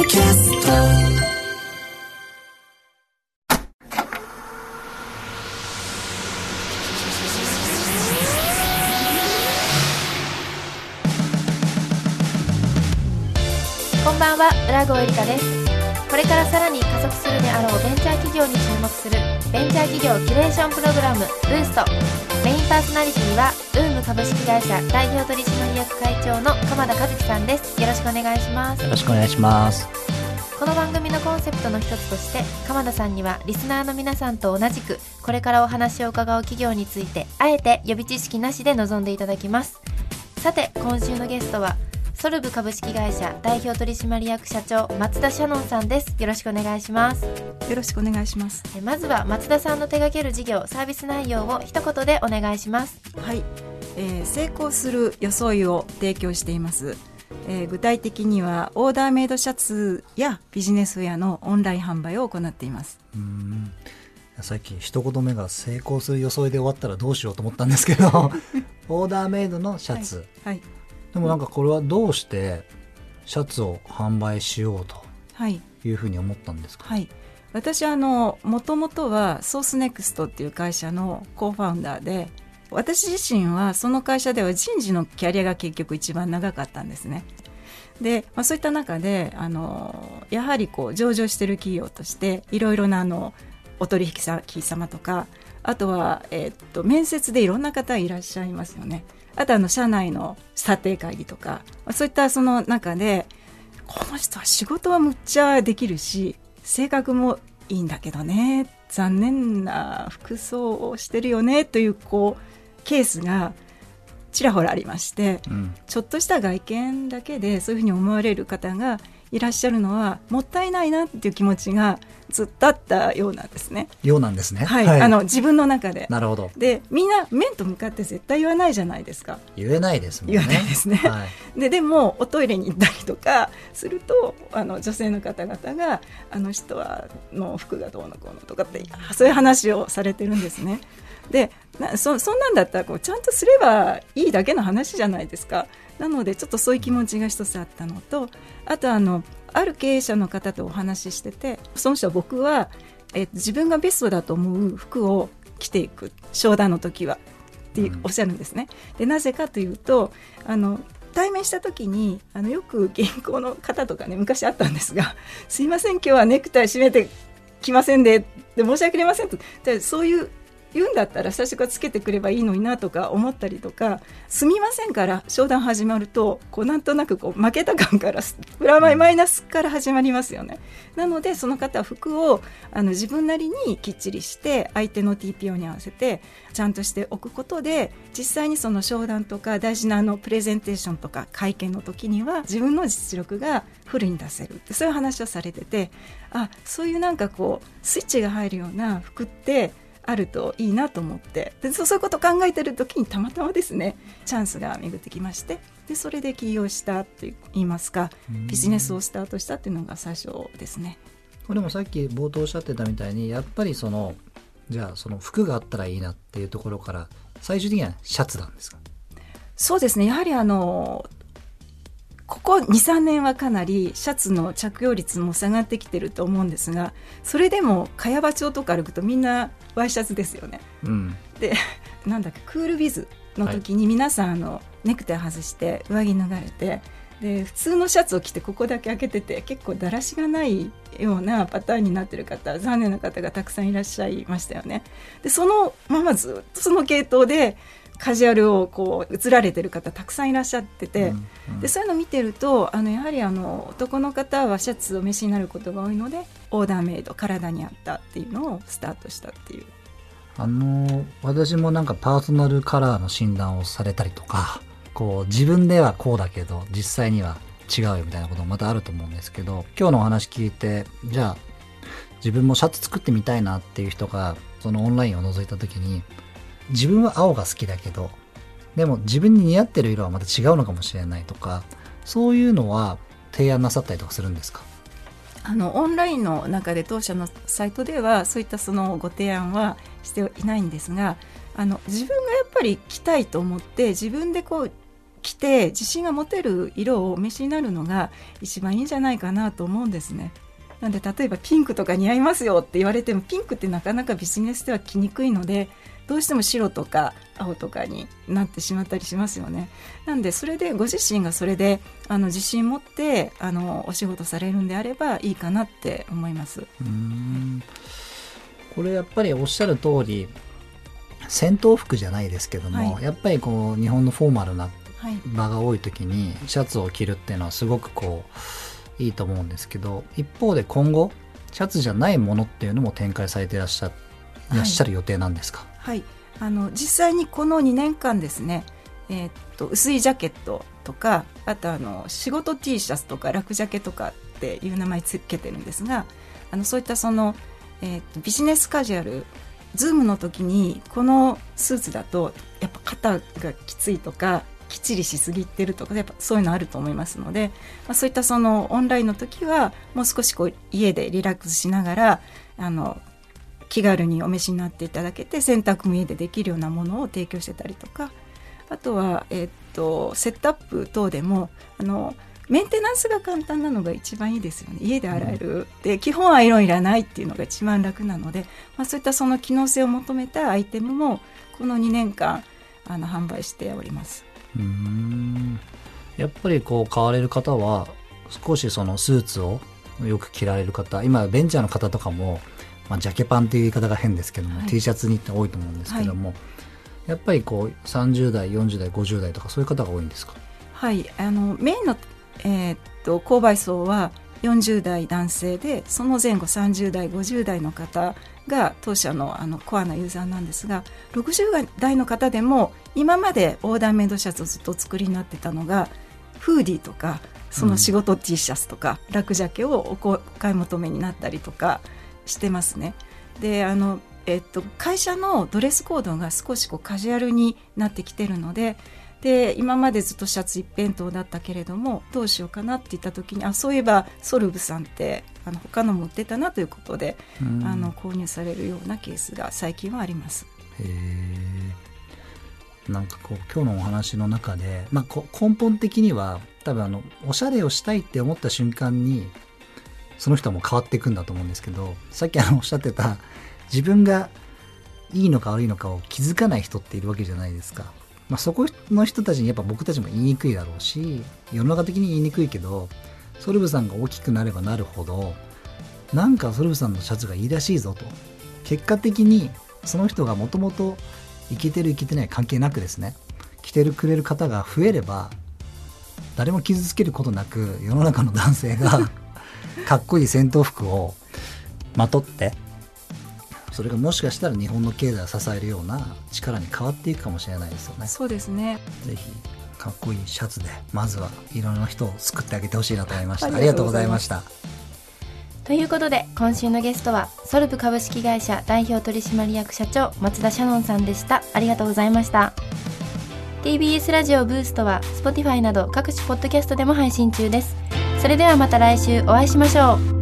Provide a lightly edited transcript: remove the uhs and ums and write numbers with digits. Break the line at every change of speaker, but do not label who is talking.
キャスト
こんばんは、浦郷エリカです。これからさらに加速するであろうベンチャー企業に注目するベンチャー企業キュレーションプログラムブースト。メインパーソナリティはウーム株式会社代表取締役会長の鎌田和樹さんです。よろしくお願いします。
よろしくお願いします。
この番組のコンセプトの一つとして鎌田さんにはリスナーの皆さんと同じくこれからお話を伺う企業についてあえて予備知識なしで臨んでいただきます。さて今週のゲストはソルブ株式会社代表取締役社長松田シャノンさんです。よろしくお願いします。
よろしくお願いします。
まずは松田さんの手掛ける事業サービス内容を一言でお願いします。
はい、成功する装いを提供しています。具体的にはオーダーメイドシャツやビジネスウェアのオンライン販売を行っています。
さっき一言目が成功する装いで終わったらどうしようと思ったんですけどオーダーメイドのシャツ、
はいはい、
でもなんかこれはどうしてシャツを販売しようというふうに思ったんですか？
はい、私もともとはソースネクストっていう会社のコーファウンダーで、私自身はその会社では人事のキャリアが結局一番長かったんですね。で、そういった中でやはり上場している企業としていろいろなお取引先様とか、あとは、面接でいろんな方いらっしゃいますよね。あと社内の査定会議とか、そういったその中でこの人は仕事はむっちゃできるし性格もいいんだけどね、残念な服装をしてるよねというケースがちらほらありまして、ちょっとした外見だけでそういうふうに思われる方がいらっしゃるのはもったいないなっていう気持ちがずっとあったようなんですね。はい、はい、自分の中で。
なるほど。
でみんな面と向かって絶対言わないじゃないですか。
言えないですもんね。
言わないですね、はい、でもおトイレに行ったりとかすると女性の方々が人はの服がどうのこうのとかってそういう話をされてるんですね。でそんなんだったらちゃんとすればいいだけの話じゃないですか。なのでちょっとそういう気持ちが一つあったのと、あとある経営者の方とお話ししてて、その人は僕は、自分がベストだと思う服を着ていく、商談の時はっておっしゃるんですね。でなぜかというと対面した時によく銀行の方とかね、昔あったんですが、すいません今日はネクタイ締めてきませんで申し訳ありませんと、そういう言うんだったら最初からつけてくればいいのになとか思ったりとか、すみませんから商談始まるとなんとなく負けた感からプラマイナスから始まりますよね。なのでその方は服を自分なりにきっちりして相手の TPO に合わせてちゃんとしておくことで、実際にその商談とか大事なプレゼンテーションとか会見の時には自分の実力がフルに出せるって、そういう話をされてて、そういうなんかスイッチが入るような服ってあるといいなと思って、でそういうことを考えている時にたまたまですねチャンスが巡ってきまして、でそれで起業したといいますかビジネスをスタートしたっていうのが最初ですね。
これもさっき冒頭おっしゃってたみたいに、やっぱりじゃあその服があったらいいなっていうところから最終的にはシャツなんですか？
そうですね、やはりここ 2,3 年はかなりシャツの着用率も下がってきてると思うんですが、それでも茅場町とか歩くとみんなワイシャツですよね、でなんだっけクールビズの時に皆さんネクタイ外して上着脱がれて、で普通のシャツを着てここだけ開けてて結構だらしがないようなパターンになってる方、残念な方がたくさんいらっしゃいましたよね。でそのままずっとその系統でカジュアルを映られてる方たくさんいらっしゃってて、でそういうのを見てるとやはり男の方はシャツをお召しになることが多いので、オーダーメイド体に合ったっていうのをスタートしたっていう。
私もなんかパーソナルカラーの診断をされたりとか、自分ではこうだけど実際には違うよみたいなこともまたあると思うんですけど、今日のお話聞いて、じゃあ自分もシャツ作ってみたいなっていう人がそのオンラインを覗いた時に、自分は青が好きだけどでも自分に似合ってる色はまた違うのかもしれないとか、そういうのは提案なさったりとかするんですか？
オンラインの中で当社のサイトではそういったそのご提案はしていないんですが、自分がやっぱり着たいと思って自分で着て自信が持てる色をお召しになるのが一番いいんじゃないかなと思うんですね。なんで例えばピンクとか似合いますよって言われても、ピンクってなかなかビジネスでは着にくいので、どうしても白とか青とかになってしまったりしますよね。なんでそれでご自身がそれで自信持ってお仕事されるんであればいいかなって思います。
これやっぱりおっしゃる通り戦闘服じゃないですけども、
はい、
やっぱりこう日本のフォーマルな場が多い時にシャツを着るっていうのはすごくこういいと思うんですけど、一方で今後シャツじゃないものっていうのも展開されていらっしゃる予定なんですか？
はい、実際にこの2年間ですね、薄いジャケットとか、あと仕事 T シャツとかラクジャケとかっていう名前つけてるんですが、そういったビジネスカジュアル、ズームの時にこのスーツだとやっぱ肩がきついとかきっちりしすぎてるとか、やっぱそういうのあると思いますので、そういったオンラインの時はもう少しこう家でリラックスしながら気軽にお召しになっていただけて、洗濯も家でできるようなものを提供してたりとか、あとは、セットアップ等でもメンテナンスが簡単なのが一番いいですよね。家で洗える、で基本アイロンいらないっていうのが一番楽なので、そういった機能性を求めたアイテムもこの2年間販売しております。
やっぱりこう買われる方は少しスーツをよく着られる方、今ベンチャーの方とかも、ジャケパンっていう言い方が変ですけども、T シャツにって多いと思うんですけども、やっぱりこう30代40代50代とかそういう方が多いんですか？
はい、メインの、購買層は40代男性で、その前後30代50代の方が当社のコアなユーザーなんですが、60代の方でも今までオーダーメイドシャツをずっと作りになってたのが、フーディーとかその仕事 T シャツとか、ラクジャケをお買い求めになったりとかしてますね。で会社のドレスコードが少しカジュアルになってきてるので、今までずっとシャツ一辺倒だったけれども、どうしようかなって言った時に、そういえばソルブさんって他のも売ってたなということで、購入されるようなケースが最近はあります。
なんかこう今日のお話の中で、根本的には多分おしゃれをしたいって思った瞬間にその人も変わっていくんだと思うんですけど、さっきおっしゃってた自分がいいのか悪いのかを気づかない人っているわけじゃないですか。そこの人たちにやっぱ僕たちも言いにくいだろうし、世の中的に言いにくいけど、ソルブさんが大きくなればなるほど、なんかソルブさんのシャツがいいらしいぞと、結果的にその人がもともとイケてるイケてない関係なくですね、着てくれる方が増えれば、誰も傷つけることなく世の中の男性がかっこいい戦闘服をまとって、それがもしかしたら日本の経済を支えるような力に変わっていくかもしれないですよね。
そうですね。
ぜひかっこいいシャツでまずはいろんな人を救ってあげてほしいなと思いました。
あ
りがとうございました。
ということで今週のゲストはソルブ株式会社代表取締役社長松田シャノンさんでした。ありがとうございました。 TBS ラジオブーストは Spotify など各種ポッドキャストでも配信中です。それではまた来週お会いしましょう。